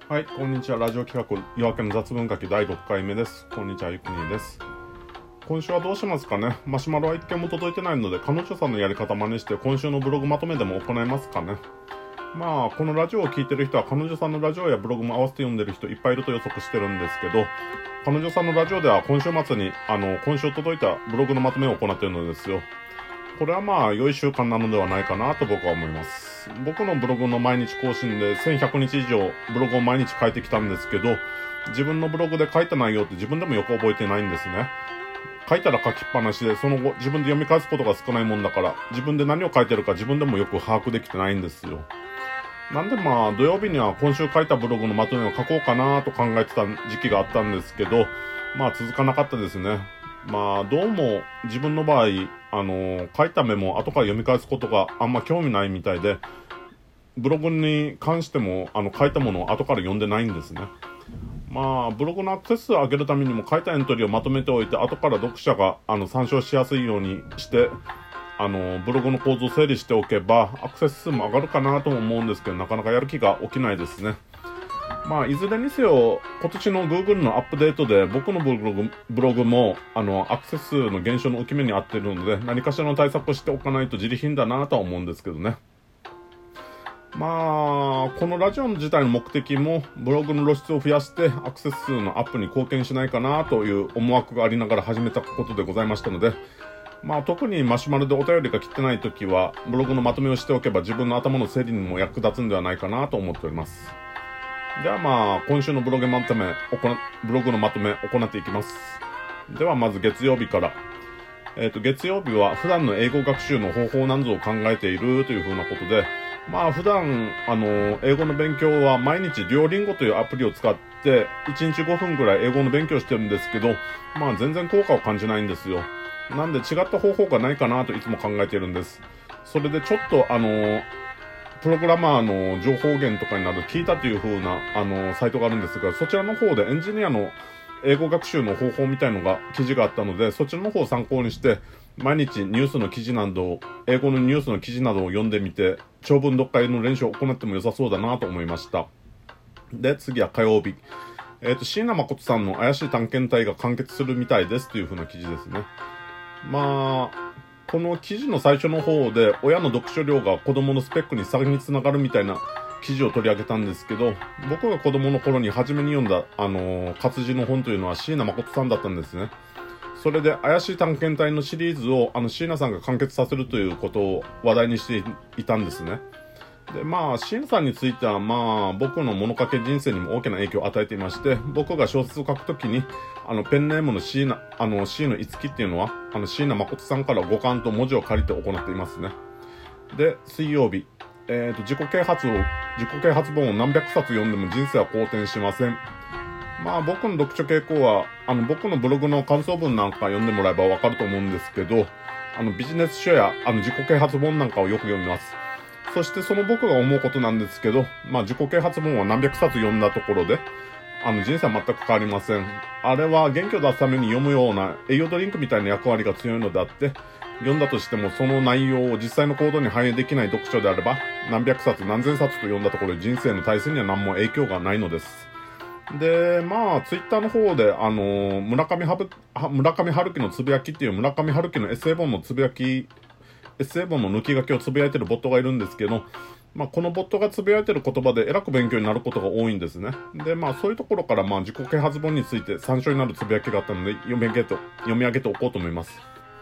はい、こんにちは。ラジオ企画夜明けの雑文書き第6回目です。こんにちは、ゆくにです。今週はどうしますかね。マシュマロは一件も届いてないので、彼女さんのやり方真似して今週のブログまとめでも行いますかね。このラジオを聞いてる人は彼女さんのラジオやブログも合わせて読んでる人いっぱいいると予測してるんですけど、彼女さんのラジオでは今週末に今週届いたブログのまとめを行っているのですよ。これは良い習慣なのではないかなと僕は思います。僕のブログの毎日更新で1100日以上ブログを毎日書いてきたんですけど、自分のブログで書いた内容って自分でもよく覚えてないんですね。書いたら書きっぱなしで、その後自分で読み返すことが少ないもんだから、自分で何を書いてるか自分でもよく把握できてないんですよ。なんで土曜日には今週書いたブログのまとめを書こうかなと考えてた時期があったんですけど、続かなかったですね。どうも自分の場合、書いたメモを後から読み返すことがあんま興味ないみたいで、ブログに関しても書いたものを後から読んでないんですね。ブログのアクセス数を上げるためにも書いたエントリーをまとめておいて、後から読者が参照しやすいようにしてブログの構造を整理しておけばアクセス数も上がるかなとも思うんですけど、なかなかやる気が起きないですね。いずれにせよ今年の Google のアップデートで僕のブログもアクセス数の減少の浮き目に合っているので、何かしらの対策をしておかないと自利品だなとは思うんですけどね。このラジオ自体の目的もブログの露出を増やしてアクセス数のアップに貢献しないかなという思惑がありながら始めたことでございましたので、特にマシュマロでお便りが来てないときはブログのまとめをしておけば自分の頭の整理にも役立つんではないかなと思っております。では今週のブログのまとめ行っていきます。ではまず月曜日から。月曜日は普段の英語学習の方法なんぞを考えているというふうなことで、普段英語の勉強は毎日デュオリンゴというアプリを使って1日5分ぐらい英語の勉強してるんですけど、全然効果を感じないんですよ。なんで違った方法がないかなといつも考えているんです。それでちょっとプログラマーの情報源とかになる聞いたという風なサイトがあるんですが、そちらの方でエンジニアの英語学習の方法みたいのが記事があったので、そちらの方を参考にして毎日ニュースの記事など英語のニュースの記事などを読んでみて長文読解の練習を行っても良さそうだなと思いました。で次は火曜日、椎名誠さんの怪しい探検隊が完結するみたいですという風な記事ですね。この記事の最初の方で親の読書量が子供のスペックに差につながるみたいな記事を取り上げたんですけど、僕が子供の頃に初めに読んだ活字の本というのは椎名誠さんだったんですね。それで怪しい探検隊のシリーズを椎名さんが完結させるということを話題にしていたんですね。で椎名さんについては僕の物書き人生にも大きな影響を与えていまして、僕が小説を書くときにペンネームの椎のいつきっていうのは椎名誠さんから五感と文字を借りて行っていますね。で水曜日、自己啓発本を何百冊読んでも人生は好転しません。僕の読書傾向は僕のブログの感想文なんか読んでもらえばわかると思うんですけど、ビジネス書や自己啓発本なんかをよく読みます。そしてその僕が思うことなんですけど、自己啓発本は何百冊読んだところで人生は全く変わりません。あれは元気を出すために読むような栄養ドリンクみたいな役割が強いのであって、読んだとしてもその内容を実際の行動に反映できない読書であれば、何百冊何千冊と読んだところで人生の体制には何も影響がないのです。でツイッターの方で村上春樹のつぶやきっていう村上春樹のエッセイ本の抜き書きをつぶやいてるボットがいるんですけど、このボットがつぶやいてる言葉でえらく勉強になることが多いんですね。でそういうところから自己啓発本について参照になるつぶやきがあったので読み上げておこうと思います。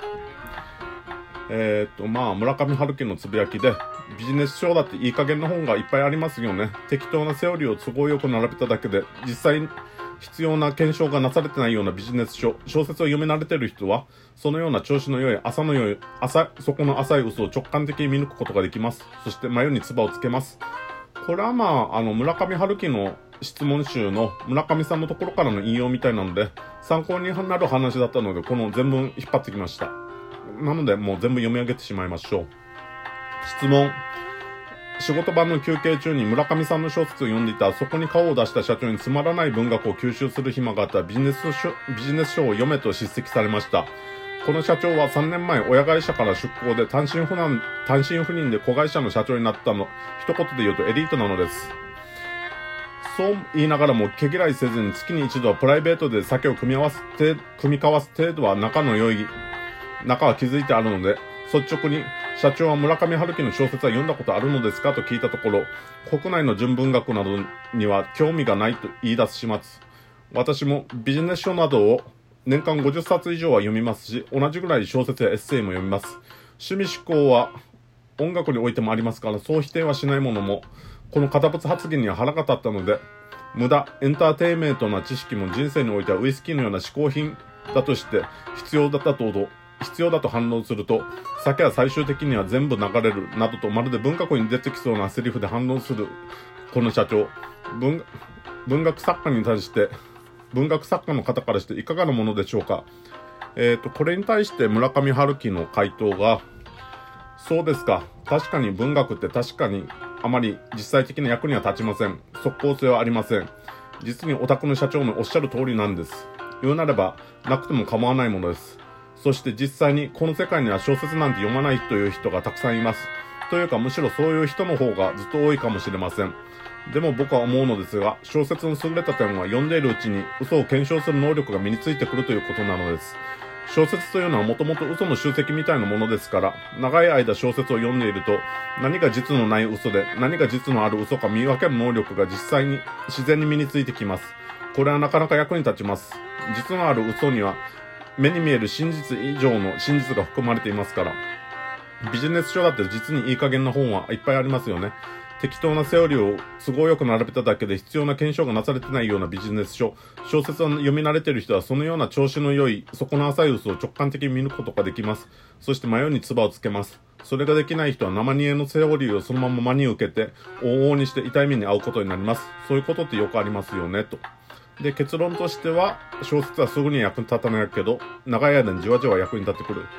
村上春樹のつぶやきで、ビジネス書だっていい加減な本がいっぱいありますよね。適当なセオリーを都合よく並べただけで実際必要な検証がなされてないようなビジネス書、小説を読め慣れてる人はそのような調子の良いそこの浅い嘘を直感的に見抜くことができます。そして眉に唾をつけます。これは村上春樹の質問集の村上さんのところからの引用みたいなので参考になる話だったので、この全文引っ張ってきました。なのでもう全部読み上げてしまいましょう。質問。仕事場の休憩中に村上さんの小説を読んでいた。そこに顔を出した社長につまらない文学を吸収する暇があったらビジネス書を読めと叱責されました。この社長は3年前親会社から出向で単身赴任で子会社の社長になったの。一言で言うとエリートなのです。 そう言いながらも毛嫌いせずに月に一度はプライベートで酒を組み交わす程度は仲は築いてあるので、率直に社長は村上春樹の小説は読んだことあるのですかと聞いたところ、国内の純文学などには興味がないと言い出す始末。私もビジネス書などを年間50冊以上は読みますし、同じぐらい小説やエッセイも読みます。趣味思考は音楽においてもありますから、そう否定はしないものも、この堅物発言には腹が立ったので、無駄、エンターテインメントな知識も人生においてはウイスキーのような嗜好品だとして必要だと反論すると、酒は最終的には全部流れるなどとまるで文学に出てきそうなセリフで反論するこの社長、文学作家の方からしていかがなものでしょうか。これに対して村上春樹の回答が、そうですか。確かに文学って確かにあまり実際的な役には立ちません。即効性はありません。実にオタクの社長のおっしゃる通りなんです。言うなればなくても構わないものです。そして実際にこの世界には小説なんて読まないという人がたくさんいます。というかむしろそういう人の方がずっと多いかもしれません。でも僕は思うのですが、小説の優れた点は読んでいるうちに嘘を検証する能力が身についてくるということなのです。小説というのはもともと嘘の集積みたいなものですから、長い間小説を読んでいると、何が実のない嘘で何が実のある嘘か見分ける能力が実際に自然に身についてきます。これはなかなか役に立ちます。実のある嘘には目に見える真実以上の真実が含まれていますから。ビジネス書だって実にいい加減な本はいっぱいありますよね。適当なセオリーを都合よく並べただけで必要な検証がなされてないようなビジネス書、小説を読み慣れている人はそのような調子の良い底の浅い嘘を直感的に見抜くことができます。そして迷いに唾をつけます。それができない人は生煮えのセオリーをそのまま真に受けて往々にして痛い目に遭うことになります。そういうことってよくありますよねと。で、結論としては小説はすぐに役に立たないけど長い間にじわじわ役に立ってくる。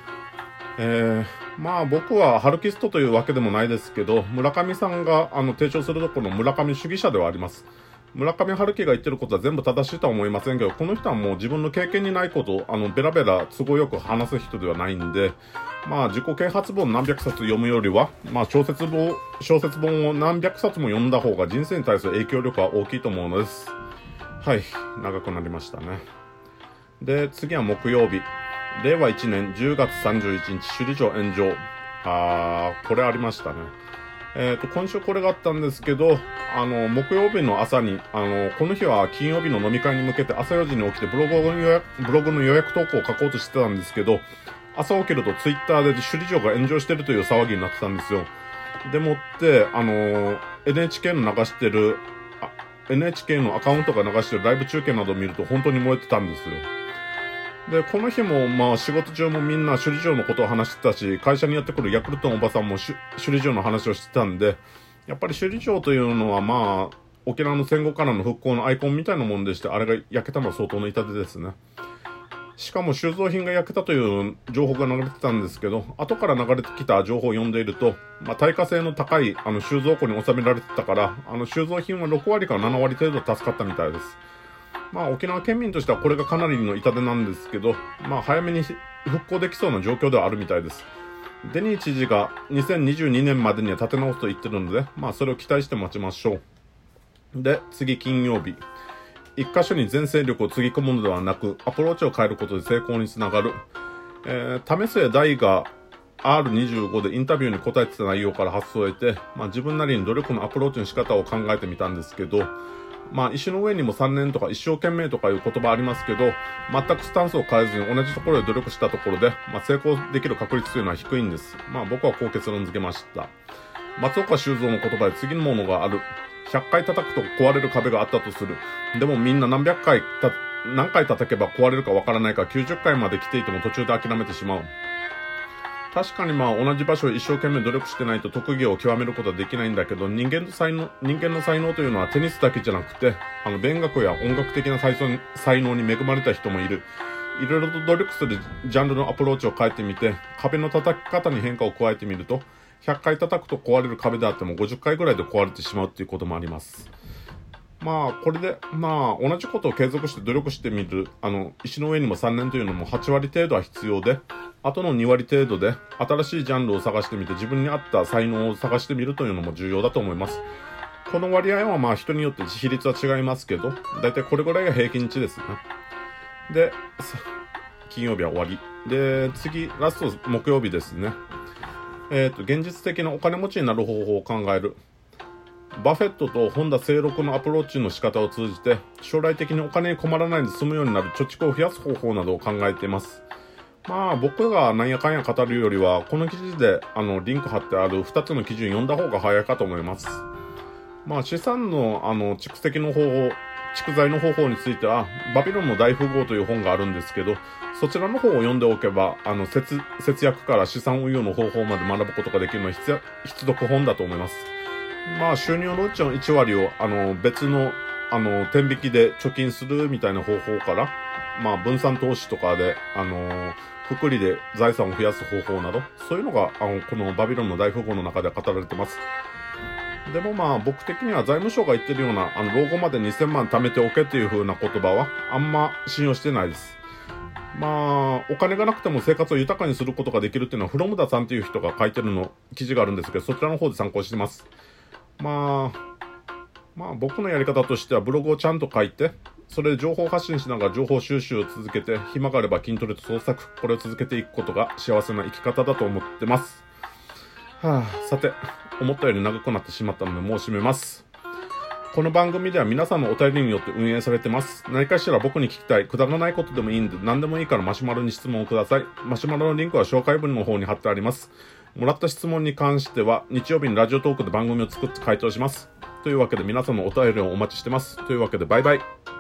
まあ僕はハルキストというわけでもないですけど、村上さんが提唱するところの村上主義者ではあります。村上春樹が言ってることは全部正しいとは思いませんけど、この人はもう自分の経験にないことをベラベラ都合よく話す人ではないんで、まあ自己啓発本何百冊読むよりは、まあ小説本を何百冊も読んだ方が人生に対する影響力は大きいと思うのです。はい、長くなりましたね。で、次は木曜日。令和1年10月31日、首里城炎上。これありましたね。今週これがあったんですけど、木曜日の朝に、この日は金曜日の飲み会に向けて朝4時に起きてブログの予約投稿を書こうとしてたんですけど、朝起きるとツイッターで首里城が炎上してるという騒ぎになってたんですよ。でもって、NHK の流してる、NHK のアカウントが流してるライブ中継などを見ると本当に燃えてたんですよ。で、この日もまあ仕事中もみんな首里城のことを話してたし、会社にやってくるヤクルトのおばさんも首里城の話をしてたんで、やっぱり首里城というのはまあ沖縄の戦後からの復興のアイコンみたいなもんでして、あれが焼けたのは相当の痛手ですね。しかも収蔵品が焼けたという情報が流れてたんですけど、後から流れてきた情報を読んでいると、まあ耐火性の高い収蔵庫に収められてたから、収蔵品は6割から7割程度助かったみたいです。まあ沖縄県民としてはこれがかなりの痛手なんですけど、まあ早めに復興できそうな状況ではあるみたいです。デニー知事が2022年までには立て直すと言ってるので、まあそれを期待して待ちましょう。で、次金曜日。一箇所に全勢力をつぎ込むのではなく、アプローチを変えることで成功につながる。為末大が R25 でインタビューに答えてた内容から発想を得て、まあ自分なりに努力のアプローチの仕方を考えてみたんですけど、まあ石の上にも3年とか一生懸命とかいう言葉ありますけど、全くスタンスを変えずに同じところで努力したところで、まあ成功できる確率というのは低いんです。まあ僕はこう結論付けました。松岡修造の言葉で次のものがある。100回叩くと壊れる壁があったとする。でもみんな何回叩けば壊れるかわからないから90回まで来ていても途中で諦めてしまう。確かにまあ同じ場所を一生懸命努力してないと特技を極めることはできないんだけど、人間の才能というのはテニスだけじゃなくて、勉学や音楽的な才能に恵まれた人もいる。いろいろと努力するジャンルのアプローチを変えてみて、壁の叩き方に変化を加えてみると、100回叩くと壊れる壁であっても50回ぐらいで壊れてしまうっていうこともあります。まあこれでまあ同じことを継続して努力してみる、石の上にも3年というのも8割程度は必要で、あとの2割程度で新しいジャンルを探してみて自分に合った才能を探してみるというのも重要だと思います。 この割合はまあ人によって比率は違いますけど、だいたいこれぐらいが平均値ですね。で、金曜日は終わり。で、次、ラスト木曜日ですね。現実的なお金持ちになる方法を考える。バフェットと本田清六のアプローチの仕方を通じて、将来的にお金に困らないで済むようになる貯蓄を増やす方法などを考えています。まあ僕がなんやかんや語るよりは、この記事でリンク貼ってある2つの基準読んだ方が早いかと思います。まあ資産の蓄積の方法、蓄財の方法については、バビロンの大富豪という本があるんですけど、そちらの方を読んでおけば、節約から資産運用の方法まで学ぶことができるのは必読本だと思います。まあ収入のうちの1割を別の天引きで貯金するみたいな方法から、まあ分散投資とかで複利で財産を増やす方法など、そういうのがこのバビロンの大富豪の中で語られてます。でもまあ僕的には財務省が言ってるような老後まで2000万貯めておけっていう風な言葉はあんま信用してないです。まあお金がなくても生活を豊かにすることができるっていうのはフロムダさんっていう人が書いてる記事があるんですけど、そちらの方で参考してます。まあ僕のやり方としてはブログをちゃんと書いて、それで情報発信しながら情報収集を続けて、暇があれば筋トレと創作、これを続けていくことが幸せな生き方だと思ってます。さて、思ったより長くなってしまったのでもう締めます。この番組では皆さんのお便りによって運営されてます。何かしら僕に聞きたい、くだらないことでもいいんで、何でもいいからマシュマロに質問をください。マシュマロのリンクは紹介文の方に貼ってあります。もらった質問に関しては、日曜日にラジオトークで番組を作って回答します。というわけで皆さんのお便りをお待ちしてます。というわけでバイバイ。